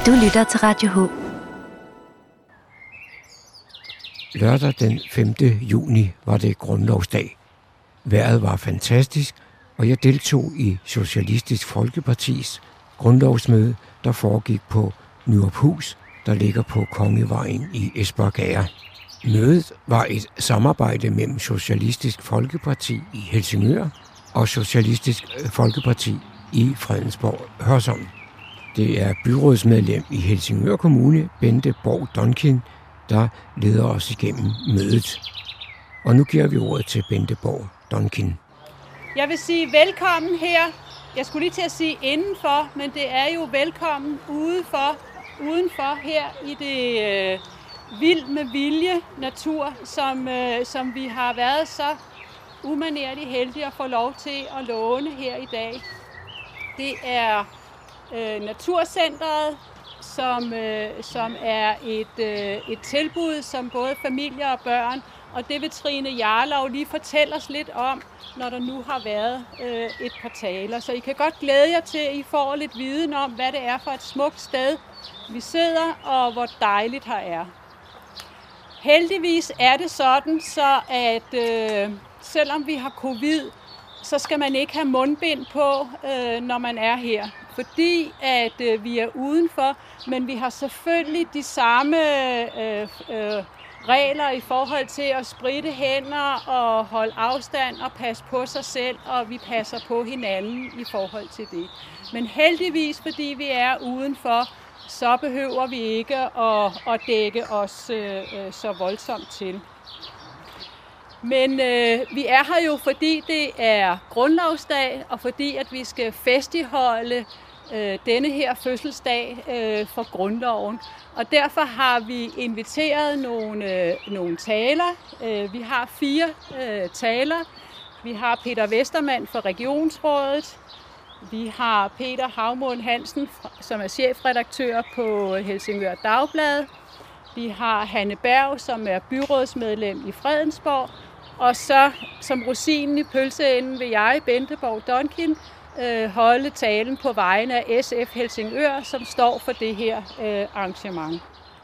Du lytter til Radio H. Lørdag den 5. juni var det grundlovsdag. Vejret var fantastisk, og jeg deltog i Socialistisk Folkepartis grundlovsmøde, der foregik på Nyruphus, der ligger på Kongevejen i Espergærde. Mødet var et samarbejde mellem Socialistisk Folkeparti i Helsingør og Socialistisk Folkeparti i Fredensborg Hørsholm. Det er byrådsmedlem i Helsingør Kommune, Bente Borg Donkin, der leder os igennem mødet. Og nu giver vi ordet til Bente Borg Donkin. Jeg vil sige velkommen her. Jeg skulle lige til at sige indenfor, men det er jo velkommen udenfor her i det vild med vilje natur, som vi har været så umanerligt heldige at få lov til at låne her i dag. Det er Naturcentret, som er et tilbud, som både familier og børn, og det vil Trine Jarlov lige fortælle os lidt om, når der nu har været et par taler. Så I kan godt glæde jer til, at I får lidt viden om, hvad det er for et smukt sted, vi sidder, og hvor dejligt her er. Heldigvis er det sådan, så at selvom vi har covid, så skal man ikke have mundbind på, når man er her. Fordi at vi er udenfor, men vi har selvfølgelig de samme regler i forhold til at spritte hænder og holde afstand og passe på sig selv, og vi passer på hinanden i forhold til det. Men heldigvis, fordi vi er udenfor, så behøver vi ikke at dække os så voldsomt til. Men vi er her jo, fordi det er grundlovsdag, og fordi at vi skal festligholde denne her fødselsdag for grundloven. Og derfor har vi inviteret nogle taler. Vi har 4 taler. Vi har Peter Westermann fra Regionsrådet. Vi har Peter Havmund Hansen, som er chefredaktør på Helsingør Dagblad. Vi har Hanne Berg, som er byrådsmedlem i Fredensborg. Og så som rosinen i pølseenden vil jeg, Bente Borg Donkin, holde talen på vegne af SF Helsingør, som står for det her arrangement.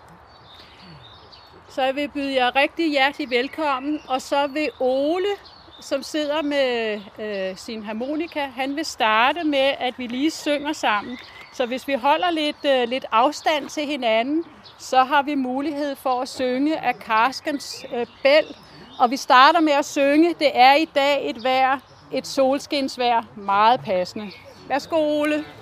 Så jeg vil byde jer rigtig hjertelig velkommen, og så vil Ole, som sidder med sin harmonika, han vil starte med, at vi lige synger sammen. Så hvis vi holder lidt afstand til hinanden, så har vi mulighed for at synge af Karskens Bæl. Og vi starter med at synge. Det er i dag et solskinsvejr, meget passende. Værsgo, Ole. Det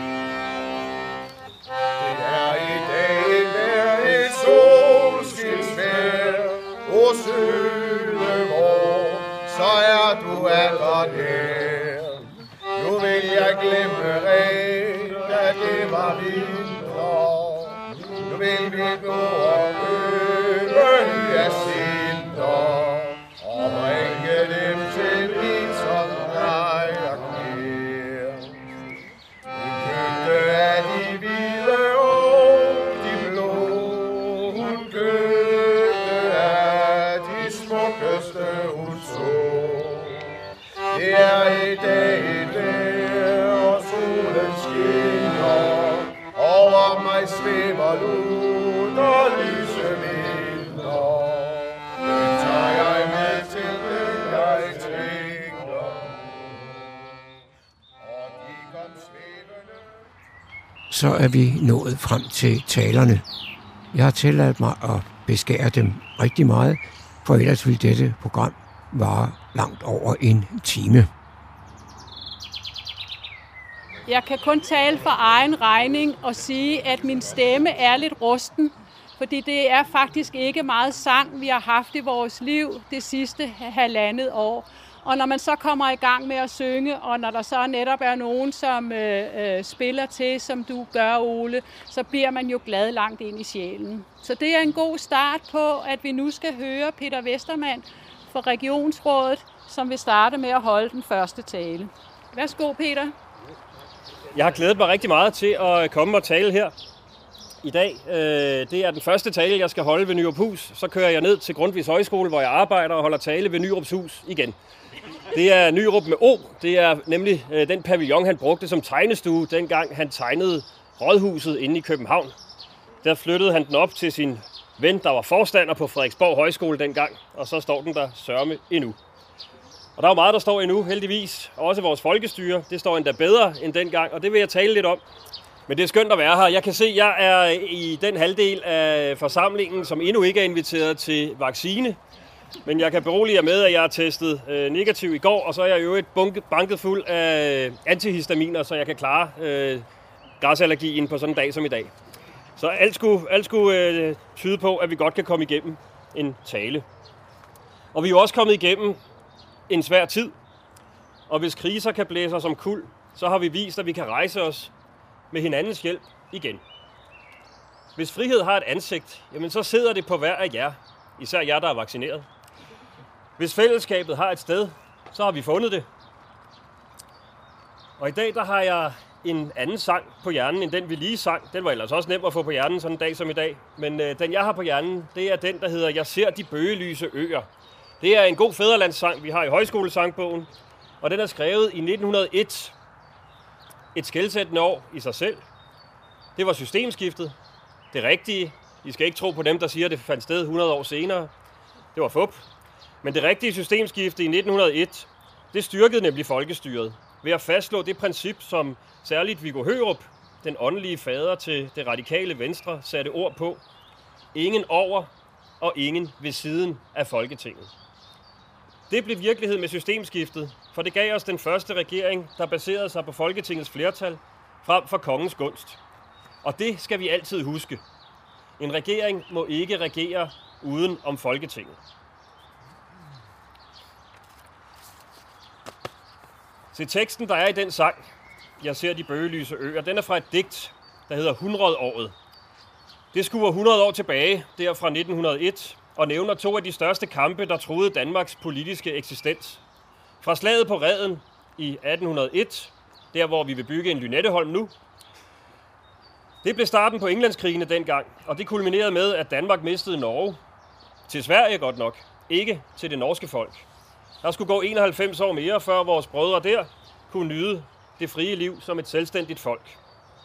er i dag et solskinsvejr, og søde vor, så er du atter her. Nu vil jeg glemme da det var vinter. Nu vil vi gå og købe hyacinter, og bringe dem til en, som dig kær. Hun købte af de hvide og de blå, hun købte af de smukkeste hun så. Det er i dag et vejr, og solen skinner, over mig svæver lunt og lyse vinder. Den tager jeg med til den, jeg tænker, og de kom svævende. Så er vi nået frem til talerne. Jeg har tilladt mig at beskære dem rigtig meget, for ellers vil dette program vare langt over en time. Jeg kan kun tale for egen regning og sige, at min stemme er lidt rusten, fordi det er faktisk ikke meget sang, vi har haft i vores liv det sidste halvandet år. Og når man så kommer i gang med at synge, og når der så netop er nogen, som spiller til, som du gør, Ole, så bliver man jo glad langt ind i sjælen. Så det er en god start på, at vi nu skal høre Peter Westermann fra Regionsrådet, som vil starte med at holde den første tale. Værsgo, Peter. Jeg har glædet mig rigtig meget til at komme og tale her i dag. Det er den første tale, jeg skal holde ved Nyruphus. Så kører jeg ned til Grundtvigs Højskole, hvor jeg arbejder og holder tale ved Nyruphus igen. Det er Nyrup med O. Det er nemlig den pavillon, han brugte som tegnestue, dengang han tegnede Rådhuset inde i København. Der flyttede han den op til sin ven, der var forstander på Frederiksborg Højskole dengang, og så står den der sørme endnu. Og der er jo meget, der står endnu, heldigvis. Også vores folkestyre, det står endda bedre end dengang, og det vil jeg tale lidt om. Men det er skønt at være her. Jeg kan se, at jeg er i den halvdel af forsamlingen, som endnu ikke er inviteret til vaccine. Men jeg kan berolige jer med, at jeg er testet negativ i går, og så er jeg jo banket fuld af antihistaminer, så jeg kan klare græsallergien på sådan en dag som i dag. Så alt skulle tyde på, at vi godt kan komme igennem en tale. Og vi er jo også kommet igennem en svær tid. Og hvis kriser kan blæse os om kuld, så har vi vist, at vi kan rejse os med hinandens hjælp igen. Hvis frihed har et ansigt, jamen så sidder det på hver af jer, især jer, der er vaccineret. Hvis fællesskabet har et sted, så har vi fundet det. Og i dag, der har jeg en anden sang på hjernen, end den vi lige sang. Den var ellers også nem at få på hjernen sådan en dag som i dag. Men den, jeg har på hjernen, det er den, der hedder Jeg ser de bøgelyse øer. Det er en god fædrelandssang, vi har i højskolesangbogen. Og den er skrevet i 1901. Et skelsættende år i sig selv. Det var systemskiftet. Det rigtige. I skal ikke tro på dem, der siger, at det fandt sted 100 år senere. Det var fup. Men det rigtige systemskifte i 1901, det styrkede nemlig folkestyret ved at fastslå det princip, som særligt Viggo Hørup, den åndelige fader til det radikale venstre, satte ord på. Ingen over og ingen ved siden af Folketinget. Det blev virkelighed med systemskiftet, for det gav os den første regering, der baserede sig på Folketingets flertal frem for kongens gunst. Og det skal vi altid huske. En regering må ikke regere uden om Folketinget. Se teksten, der er i den sang, Jeg ser de bøgelyse øer, den er fra et digt, der hedder 100-året. Det skuer 100 år tilbage, der fra 1901, og nævner to af de største kampe, der truede Danmarks politiske eksistens. Fra slaget på Reden i 1801, der hvor vi vil bygge en Lynetteholm nu. Det blev starten på Englandskrigene dengang, og det kulminerede med, at Danmark mistede Norge. Til Sverige godt nok, ikke til det norske folk. Der skulle gå 91 år mere, før vores brødre der kunne nyde det frie liv som et selvstændigt folk.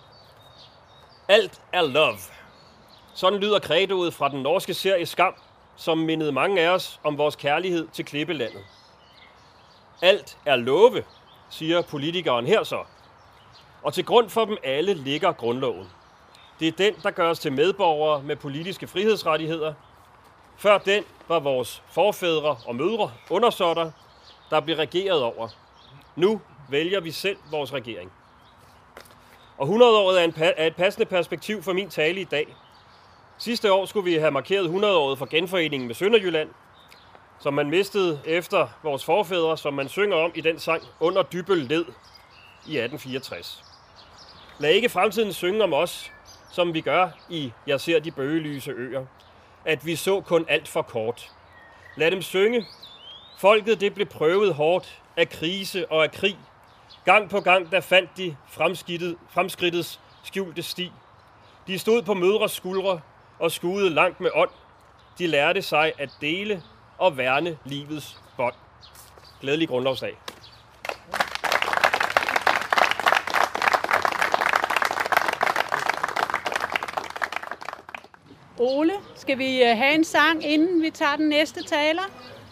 Alt er love. Sådan lyder credoet fra den norske serie Skam, som mindede mange af os om vores kærlighed til klippelandet. Alt er love, siger politikeren her så. Og til grund for dem alle ligger grundloven. Det er den, der gør os til medborgere med politiske frihedsrettigheder. Før den var vores forfædre og mødre undersåtter, der blev regeret over. Nu vælger vi selv vores regering. Og 100-året er et passende perspektiv for min tale i dag. Sidste år skulle vi have markeret 100-året for genforeningen med Sønderjylland, som man mistede efter vores forfædre, som man synger om i den sang Under Dybbøl led i 1864. Lad ikke fremtiden synge om os, som vi gør i Jeg ser de bøgelyse øer, at vi så kun alt for kort. Lad dem synge. Folket det blev prøvet hårdt af krise og af krig. Gang på gang der fandt de fremskridtets skjulte sti. De stod på mødres skuldre og skuede langt med ånd. De lærte sig at dele og værne livets bånd. Glædelig grundlovsdag. Ole, skal vi have en sang, inden vi tager den næste taler?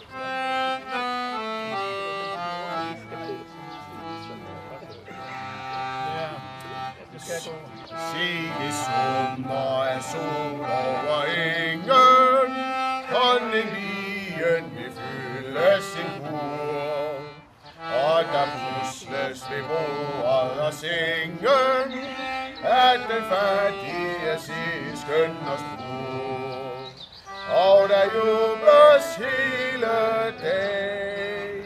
Se det summer af sol over engen, Dronninglien vil fylde sin bur. Og der pusles ved bordet og sengen, at den fattige ses skøn og spur. Og der jubles hele dagen.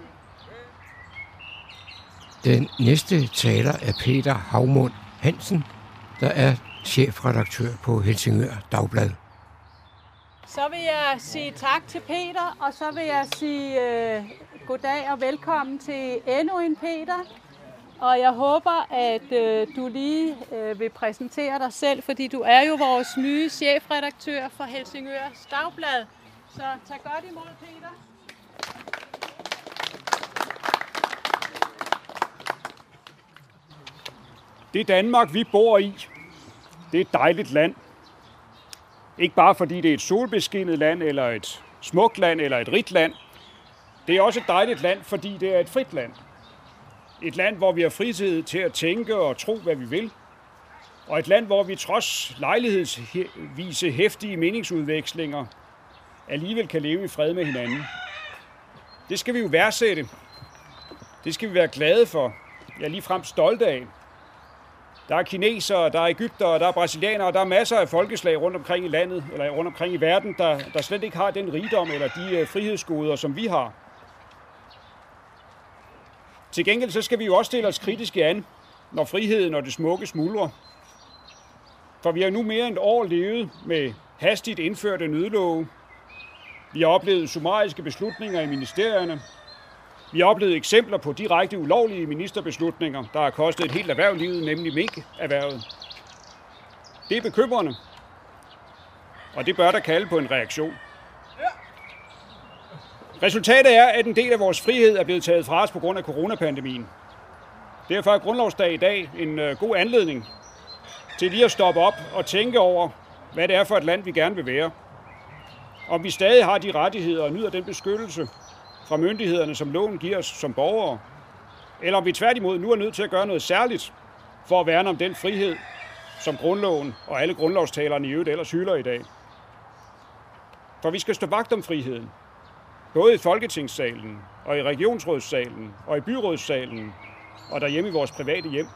Den næste taler er Peter Havmund Hansen, der er chefredaktør på Helsingør Dagblad. Så vil jeg sige tak til Peter, og så vil jeg sige goddag og velkommen til endnu en Peter. Og jeg håber, at du lige vil præsentere dig selv, fordi du er jo vores nye chefredaktør for Helsingør Dagblad. Så tag godt imod, Peter. Det Danmark, vi bor i, det er et dejligt land. Ikke bare fordi det er et solbeskinnet land, eller et smukt land, eller et rigt land. Det er også et dejligt land, fordi det er et frit land. Et land, hvor vi har frihed til at tænke og tro, hvad vi vil. Og et land, hvor vi trods lejlighedsvise heftige meningsudvekslinger alligevel kan leve i fred med hinanden. Det skal vi jo værdsætte. Det skal vi være glade for. Ja, ligefrem stolte af. Der er kinesere, der er egyptere, der er brasilianere, der er masser af folkeslag rundt omkring i landet, eller rundt omkring i verden, der slet ikke har den rigdom eller de frihedsgoder, som vi har. Til gengæld så skal vi jo også stille os kritisk an, når friheden og det smukke smuldrer. For vi har nu mere end et år levet med hastigt indførte nødlove. Vi har oplevet summariske beslutninger i ministerierne. Vi har oplevet eksempler på direkte ulovlige ministerbeslutninger, der har kostet et helt erhverv livet, nemlig minkerhvervet. Det er bekymrende, og det bør der kalde på en reaktion. Resultatet er, at en del af vores frihed er blevet taget fra os på grund af coronapandemien. Derfor er Grundlovsdag i dag en god anledning til lige at stoppe op og tænke over, hvad det er for et land, vi gerne vil være. Om vi stadig har de rettigheder og nyder den beskyttelse fra myndighederne, som loven giver os som borgere, eller om vi tværtimod nu er nødt til at gøre noget særligt for at værne om den frihed, som grundloven og alle grundlovstalerne i øvrigt ellers hylder i dag. For vi skal stå vagt om friheden, både i Folketingssalen og i regionsrådssalen og i byrådssalen og derhjemme i vores private hjem.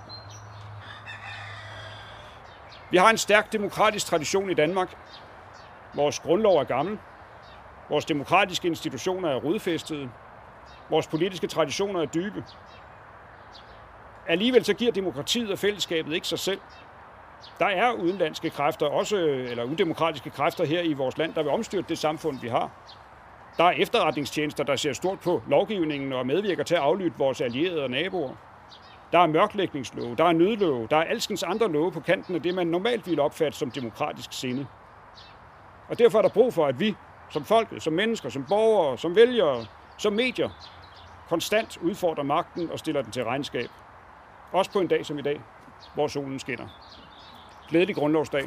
Vi har en stærk demokratisk tradition i Danmark. Vores grundlov er gammel. Vores demokratiske institutioner er rodfæstede. Vores politiske traditioner er dybe. Alligevel så giver demokratiet og fællesskabet ikke sig selv. Der er udenlandske kræfter, eller udemokratiske kræfter her i vores land, der vil omstyrte det samfund, vi har. Der er efterretningstjenester, der ser stort på lovgivningen og medvirker til at aflytte vores allierede og naboer. Der er mørklægningslove, der er nødlove, der er alskens andre love på kanten af det, man normalt ville opfatte som demokratisk sinde. Og derfor er der brug for, at vi, som folket, som mennesker, som borgere, som vælgere, som medier, konstant udfordrer magten og stiller den til regnskab. Også på en dag som i dag, hvor solen skinner. Glædelig Grundlovsdag.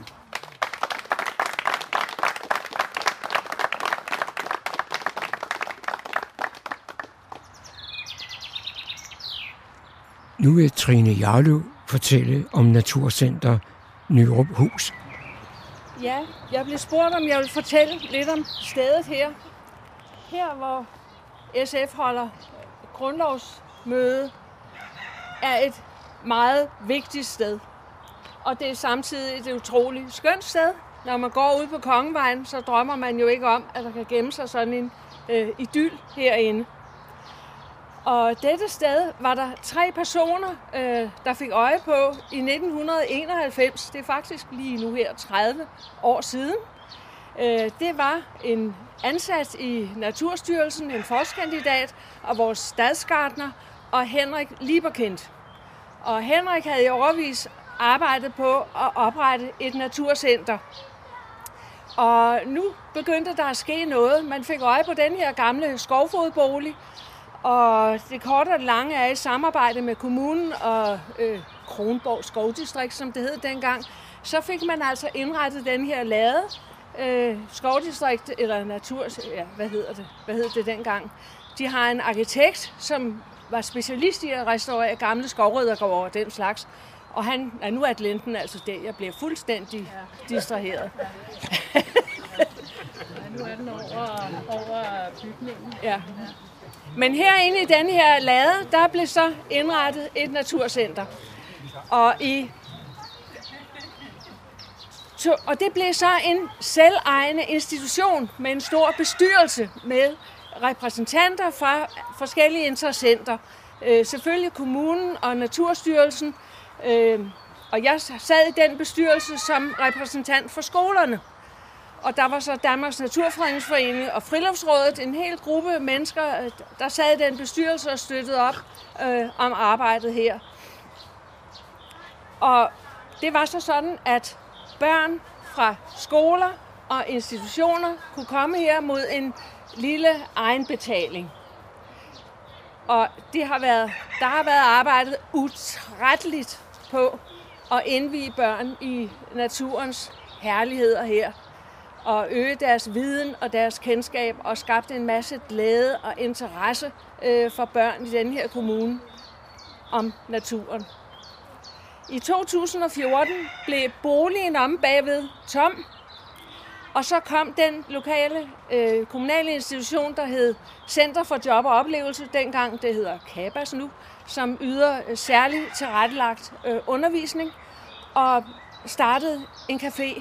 Nu vil Trine Jarløv fortælle om Naturcenter Nyruphus. Ja, jeg blev spurgt, om jeg vil fortælle lidt om stedet her. Her, hvor SF holder grundlovsmøde, er et meget vigtigt sted. Og det er samtidig et utroligt skønt sted. Når man går ud på Kongevejen, så drømmer man jo ikke om, at der kan gemme sig sådan en idyl herinde. Og dette sted var der 3 personer, der fik øje på i 1991. Det er faktisk lige nu her 30 år siden. Det var en ansat i Naturstyrelsen, en forskandidat og vores stadsgartner, og Henrik Lieberkind. Og Henrik havde i årevis arbejdet på at oprette et naturcenter. Og nu begyndte der at ske noget. Man fik øje på den her gamle skovfodbolig, og det korte og lange er i samarbejde med kommunen og Kronborg Skovdistrikt, som det hed dengang. Så fik man altså indrettet den her lade, Skovdistrikt, eller natur, ja, hvad hed det dengang? De har en arkitekt, som var specialist i at restaurere gamle skovriddergårde og den slags. Og nu er Atlanten altså der, jeg bliver fuldstændig distraheret. Ja, nu er den over bygningen. Ja. Men herinde i den her lade, der blev så indrettet et naturcenter. Og det blev så en selvejende institution med en stor bestyrelse med repræsentanter fra forskellige interessenter. Selvfølgelig kommunen og Naturstyrelsen. Og jeg sad i den bestyrelse som repræsentant for skolerne. Og der var så Danmarks Naturfredningsforening og Friluftsrådet, en hel gruppe mennesker, der sad i den bestyrelse og støttede op om arbejdet her. Og det var så sådan, at børn fra skoler og institutioner kunne komme her mod en lille egenbetaling. Og der har været arbejdet utrætteligt på at indvie børn i naturens herligheder her, og øge deres viden og deres kendskab, og skabte en masse glæde og interesse for børn i denne her kommune om naturen. I 2014 blev boligen om bagved tom, og så kom den lokale kommunale institution, der hed Center for Job og Oplevelse, dengang det hedder KABAS nu, som yder særligt tilrettelagt undervisning, og startede en café.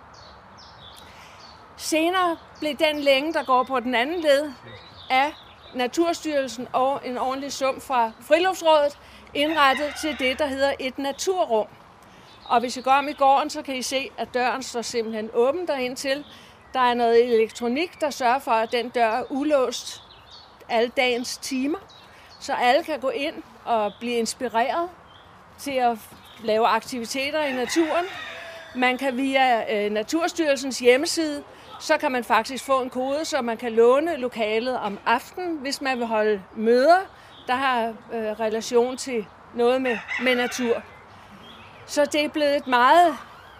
Senere blev den længe, der går på den anden led af Naturstyrelsen og en ordentlig sum fra Friluftsrådet, indrettet til det, der hedder et naturrum. Og hvis I går om i gården, så kan I se, at døren står simpelthen åben derind til. Der er noget elektronik, der sørger for, at den dør er ulåst alle dagens timer, så alle kan gå ind og blive inspireret til at lave aktiviteter i naturen. Man kan via Naturstyrelsens hjemmeside, så kan man faktisk få en kode, så man kan låne lokalet om aftenen, hvis man vil holde møder, der har relation til noget med natur. Så det er blevet et meget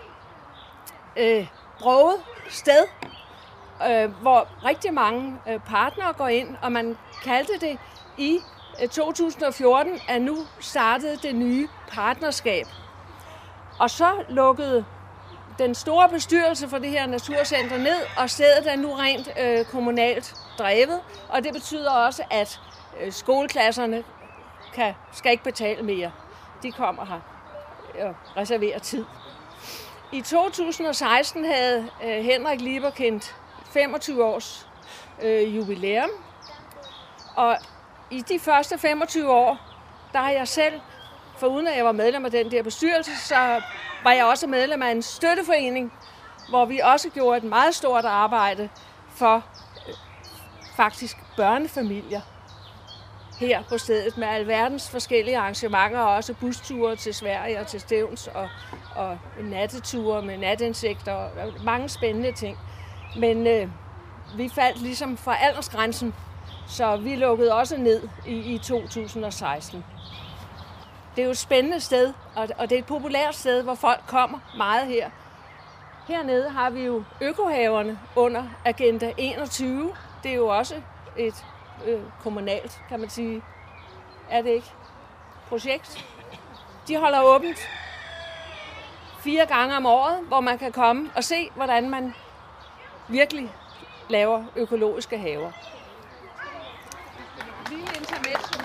broget sted, hvor rigtig mange partnere går ind, og man kaldte det i 2014, at nu startede det nye partnerskab. Og så lukkede den store bestyrelse for det her naturcenter ned, og stedet er nu rent kommunalt drevet, og det betyder også, at skoleklasserne skal ikke betale mere. De kommer her og reserverer tid. I 2016 havde Henrik Lieberkind 25 års jubilæum, og i de første 25 år, der har jeg selv, foruden at jeg var medlem af den der bestyrelse, så var jeg også medlem af en støtteforening, hvor vi også gjorde et meget stort arbejde for faktisk børnefamilier her på stedet med alverdens forskellige arrangementer, og også busture til Sverige og til Stevns, og natteture med natinsekter og mange spændende ting. Men vi faldt ligesom fra aldersgrænsen, så vi lukkede også ned i 2016. Det er jo et spændende sted, og det er et populært sted, hvor folk kommer meget her. Hernede har vi jo økohaverne under Agenda 21. Det er jo også et kommunalt, kan man sige, er det ikke, projekt. De holder åbent 4 gange om året, hvor man kan komme og se, hvordan man virkelig laver økologiske haver. Lille intermezzo.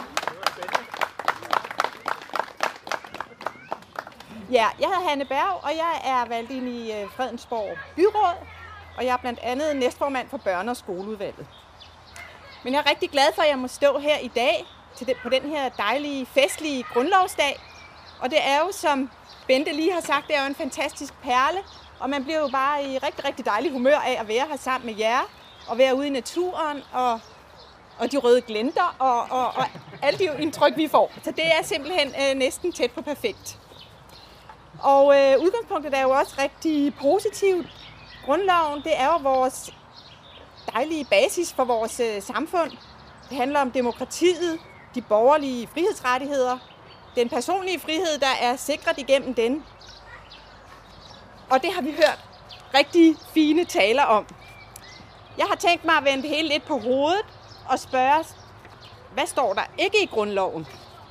Ja, jeg hedder Hanne Berg, og jeg er valgt ind i Fredensborg Byråd, og jeg er blandt andet næstformand for børne- og skoleudvalget. Men jeg er rigtig glad for, at jeg må stå her i dag på den her dejlige, festlige grundlovsdag. Og det er jo, som Bente lige har sagt, det er jo en fantastisk perle, og man bliver jo bare i rigtig, rigtig dejlig humør af at være her sammen med jer, og være ude i naturen, og de røde glenter, og alle de indtryk, vi får. Så det er simpelthen næsten tæt på perfekt. Og udgangspunktet er jo også rigtig positivt. Grundloven, det er jo vores dejlige basis for vores samfund. Det handler om demokratiet, de borgerlige frihedsrettigheder, den personlige frihed, der er sikret igennem den. Og det har vi hørt rigtig fine taler om. Jeg har tænkt mig at vende det hele lidt på hovedet og spørge, hvad står der ikke i grundloven?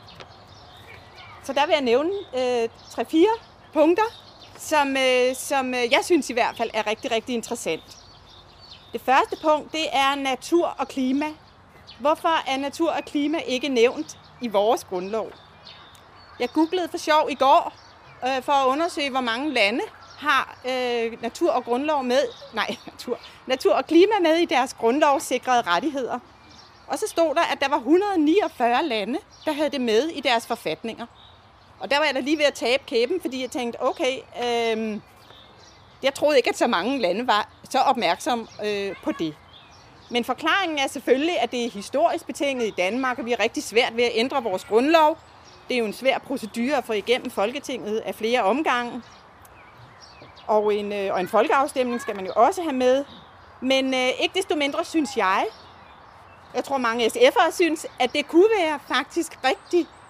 Så der vil jeg nævne 3-4 punkter, som jeg synes i hvert fald er rigtig, rigtig interessant. Det første punkt, det er natur og klima. Hvorfor er natur og klima ikke nævnt i vores grundlov? Jeg googlede for sjov i går for at undersøge, hvor mange lande har natur og grundlov med. Natur og klima med i deres grundlovssikrede rettigheder. Og så stod der, at der var 149 lande, der havde det med i deres forfatninger. Og der var jeg da lige ved at tabe kæben, fordi jeg tænkte, okay, jeg troede ikke, at så mange lande var så opmærksomme på det. Men forklaringen er selvfølgelig, at det er historisk betinget i Danmark, og vi er rigtig svært ved at ændre vores grundlov. Det er jo en svær procedure at få igennem Folketinget af flere omgange. Og en folkeafstemning skal man jo også have med. Men ikke desto mindre synes jeg tror mange SF'ere synes, at det kunne være faktisk rigtig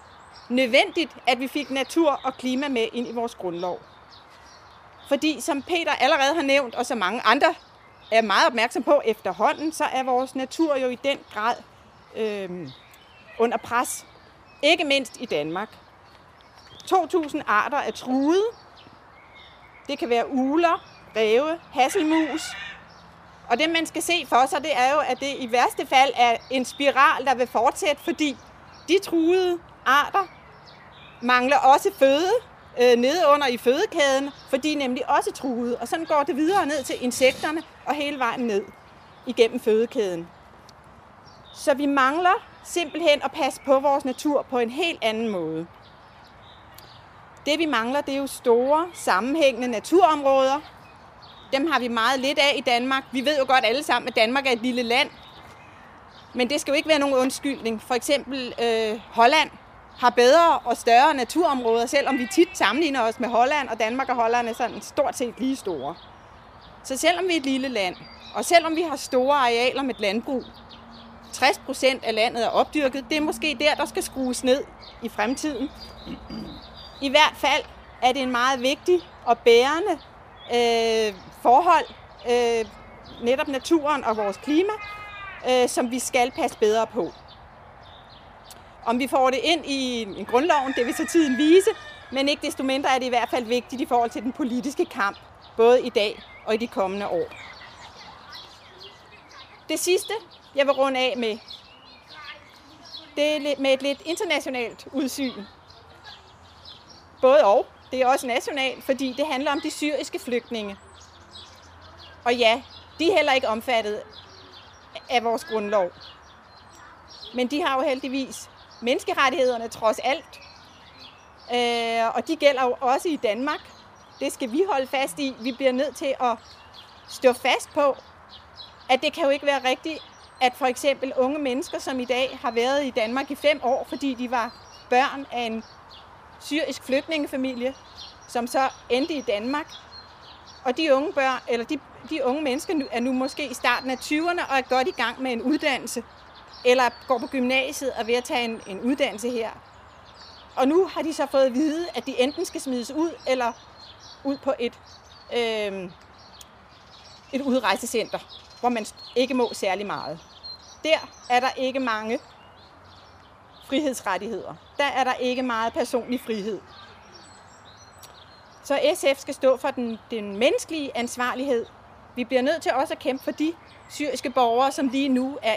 nødvendigt, at vi fik natur og klima med ind i vores grundlov. Fordi som Peter allerede har nævnt, og som mange andre er meget opmærksom på efterhånden, så er vores natur jo i den grad under pres. Ikke mindst i Danmark. 2.000 arter er truede. Det kan være ugler, ræve, hasselmus. Og det, man skal se for sig, det er jo, at det i værste fald er en spiral, der vil fortsætte, fordi de truede arter mangler også føde nede under i fødekæden, for de er nemlig også truede. Og sådan går det videre ned til insekterne og hele vejen ned igennem fødekæden. Så vi mangler simpelthen at passe på vores natur på en helt anden måde. Det vi mangler, det er jo store, sammenhængende naturområder. Dem har vi meget lidt af i Danmark. Vi ved jo godt alle sammen, at Danmark er et lille land. Men det skal jo ikke være nogen undskyldning. For eksempel Holland har bedre og større naturområder, selvom vi tit sammenligner os med Holland, og Danmark og Holland er sådan stort set lige store. Så selvom vi er et lille land, og selvom vi har store arealer med et landbrug, 60% af landet er opdyrket, det er måske der skal skrues ned i fremtiden. I hvert fald er det en meget vigtig og bærende forhold, netop naturen og vores klima, som vi skal passe bedre på. Om vi får det ind i grundloven, det vil så tiden vise, men ikke desto mindre er det i hvert fald vigtigt i forhold til den politiske kamp, både i dag og i de kommende år. Det sidste, jeg vil runde af med, det er med et lidt internationalt udsyn. Både og. Det er også nationalt, fordi det handler om de syriske flygtninge. Og ja, de er heller ikke omfattet af vores grundlov. Men de har jo heldigvis menneskerettighederne trods alt. Og de gælder jo også i Danmark. Det skal vi holde fast i. Vi bliver nødt til at stå fast på, at det kan jo ikke være rigtigt, at for eksempel unge mennesker, som i dag har været i Danmark i 5 år, fordi de var børn af en syrisk flygtningefamilie, som så endte i Danmark. Og de unge børn, eller de unge mennesker er nu måske i starten af 20'erne og er godt i gang med en uddannelse, eller går på gymnasiet og er ved at tage en uddannelse her. Og nu har de så fået at vide, at de enten skal smides ud, eller ud på et udrejsecenter, hvor man ikke må særlig meget. Der er der ikke mange frihedsrettigheder. Der er der ikke meget personlig frihed. Så SF skal stå for den menneskelige ansvarlighed. Vi bliver nødt til også at kæmpe for de syriske borgere, som lige nu er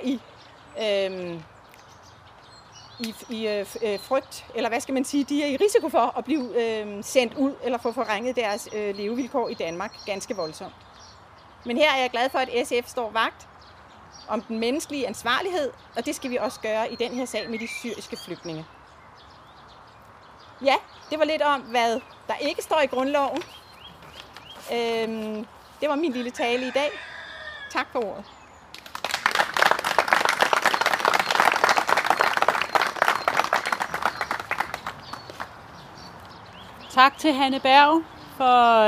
i frygt, eller hvad skal man sige, de er i risiko for at blive sendt ud eller få forringet deres levevilkår i Danmark ganske voldsomt. Men her er jeg glad for, at SF står vagt om den menneskelige ansvarlighed, og det skal vi også gøre i den her sag med de syriske flygtninge. Ja, det var lidt om, hvad der ikke står i grundloven. Det var min lille tale i dag. Tak for ordet. Tak til Hanne Berg for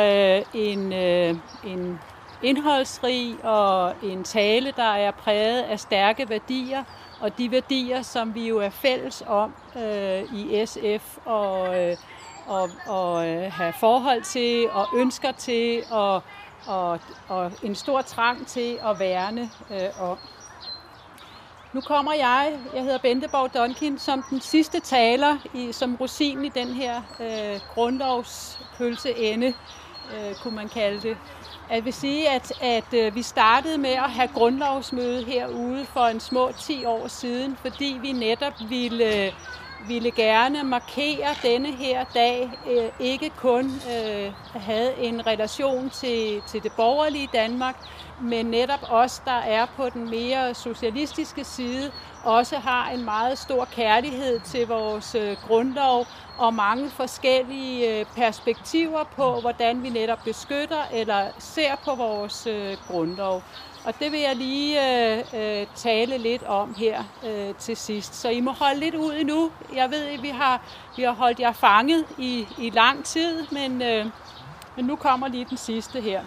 en indholdsrig og en tale, der er præget af stærke værdier, og de værdier, som vi jo er fælles om i SF og have forhold til og ønsker til og en stor trang til at værne om. Nu kommer jeg hedder Bente Borg Donkin, som den sidste taler, som rosinen i den her grundlovspølseende, kunne man kalde det. Jeg vil sige, at vi startede med at have grundlovsmøde herude for en små 10 år siden, fordi vi netop ville gerne markere denne her dag, ikke kun havde en relation til det borgerlige Danmark, men netop os, der er på den mere socialistiske side, også har en meget stor kærlighed til vores grundlov og mange forskellige perspektiver på, hvordan vi netop beskytter eller ser på vores grundlov. Og det vil jeg lige tale lidt om her til sidst. Så I må holde lidt ud endnu. Jeg ved, at vi har holdt jer fanget i lang tid, men nu kommer lige den sidste her.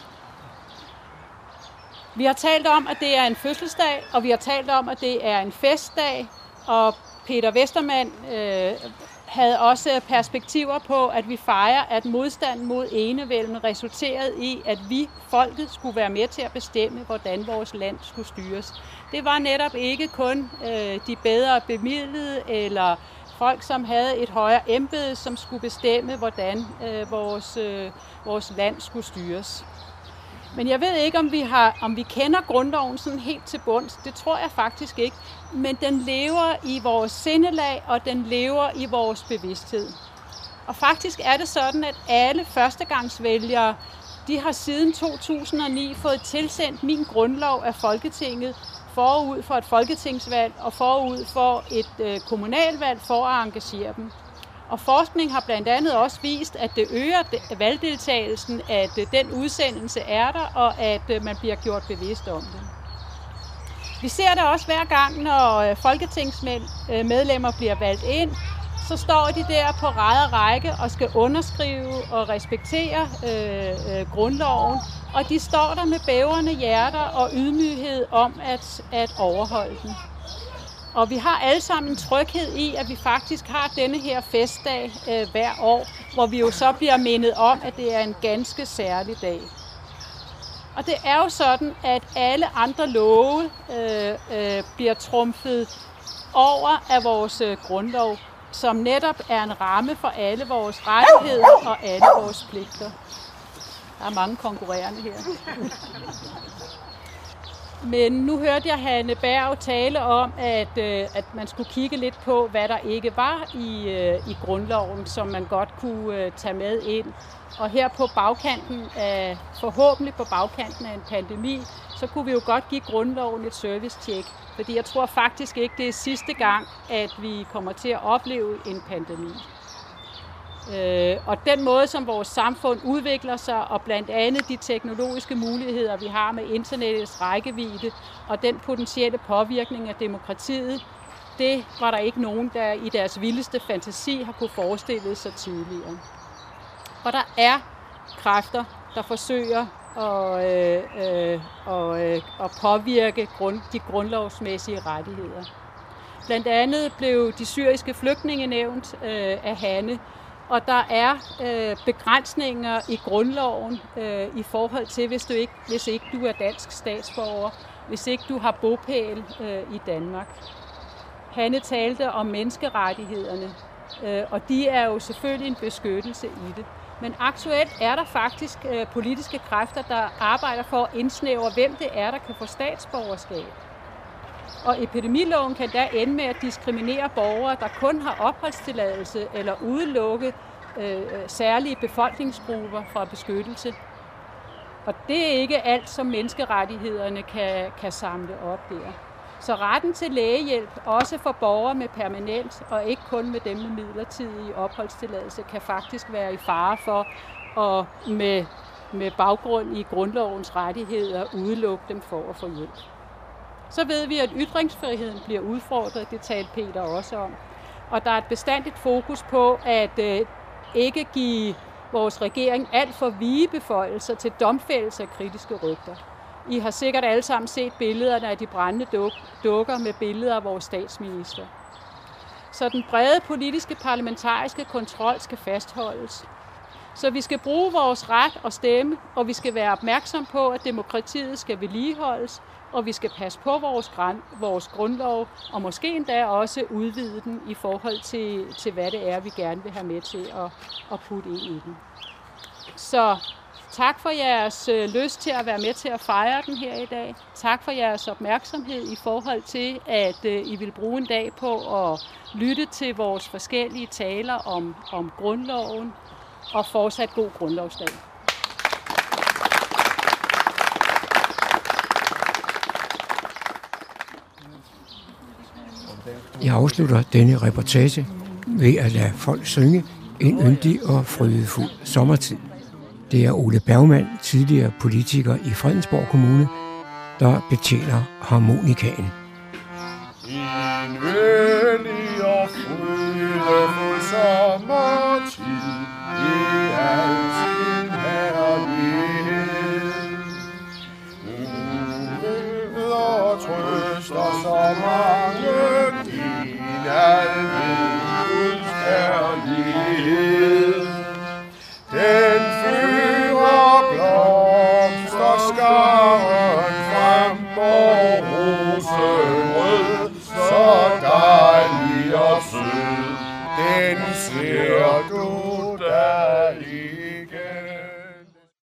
Vi har talt om, at det er en fødselsdag, og vi har talt om, at det er en festdag. Og Peter Westermann havde også perspektiver på, at vi fejrer, at modstanden mod enevælden resulterede i, at vi, folket, skulle være med til at bestemme, hvordan vores land skulle styres. Det var netop ikke kun de bedre bemidlede eller folk, som havde et højere embede, som skulle bestemme, hvordan vores land skulle styres. Men jeg ved ikke, om vi kender grundloven sådan helt til bunds. Det tror jeg faktisk ikke. Men den lever i vores sindelag, og den lever i vores bevidsthed. Og faktisk er det sådan, at alle førstegangsvælgere, de har siden 2009 fået tilsendt min grundlov af Folketinget forud for et folketingsvalg og forud for et kommunalvalg for at engagere dem. Og forskning har blandt andet også vist, at det øger valgdeltagelsen, at den udsendelse er der, og at man bliver gjort bevidst om det. Vi ser det også hver gang, når folketingsmedlemmer bliver valgt ind, så står de der på rad og række og skal underskrive og respektere grundloven, og de står der med bævende hjerter og ydmyghed om at overholde den. Og vi har alle sammen en tryghed i, at vi faktisk har denne her festdag hver år, hvor vi jo så bliver mindet om, at det er en ganske særlig dag. Og det er jo sådan, at alle andre love bliver trumfet over af vores grundlov, som netop er en ramme for alle vores rettigheder og alle vores pligter. Der er mange konkurrerende her. Men nu hørte jeg Hanne Berg tale om, at man skulle kigge lidt på, hvad der ikke var i grundloven, som man godt kunne tage med ind. Og her på bagkanten forhåbentlig på bagkanten af en pandemi, så kunne vi jo godt give grundloven et service-tjek. Fordi jeg tror faktisk ikke, det er sidste gang, at vi kommer til at opleve en pandemi. Og den måde, som vores samfund udvikler sig, og blandt andet de teknologiske muligheder, vi har med internettets rækkevidde, og den potentielle påvirkning af demokratiet, det var der ikke nogen, der i deres vildeste fantasi har kunne forestille sig tidligere. Og der er kræfter, der forsøger at påvirke de grundlovsmæssige rettigheder. Blandt andet blev de syriske flygtninge nævnt af Hanne, og der er begrænsninger i grundloven i forhold til, hvis ikke du er dansk statsborger, hvis ikke du har bopæl i Danmark. Hanne talte om menneskerettighederne, og de er jo selvfølgelig en beskyttelse i det. Men aktuelt er der faktisk politiske kræfter, der arbejder for at indsnævre, hvem det er, der kan få statsborgerskab. Og epidemiloven kan da ende med at diskriminere borgere, der kun har opholdstilladelse eller udelukke særlige befolkningsgrupper fra beskyttelse. Og det er ikke alt, som menneskerettighederne kan samle op der. Så retten til lægehjælp, også for borgere med permanent, og ikke kun med dem med midlertidig opholdstilladelse, kan faktisk være i fare for at med baggrund i grundlovens rettigheder udelukke dem for at få hjælp. Så ved vi, at ytringsfriheden bliver udfordret, det talte Peter også om. Og der er et bestandigt fokus på at ikke give vores regering alt for vige beføjelser til domfældelse af kritiske rygter. I har sikkert alle sammen set billederne af de brændende dukker med billeder af vores statsminister. Så den brede politiske parlamentariske kontrol skal fastholdes. Så vi skal bruge vores ret og stemme, og vi skal være opmærksom på, at demokratiet skal vedligeholdes, og vi skal passe på vores grundlov, og måske endda også udvide den i forhold til hvad det er, vi gerne vil have med til at putte ind i den. Så tak for jeres lyst til at være med til at fejre den her i dag. Tak for jeres opmærksomhed i forhold til, at I vil bruge en dag på at lytte til vores forskellige taler om grundloven, og fortsat god grundlovsdag. Jeg afslutter denne reportage ved at lade folk synge en yndig og frydefuld sommertid. Det er Ole Bergmann, tidligere politiker i Fredensborg Kommune, der betjener harmonikaen. En venlig og frydefuld sommertid i al sin herlighed. Ud og trøster så mange din alved Guds kærlighed. rød, så dejlig og sød, den ser du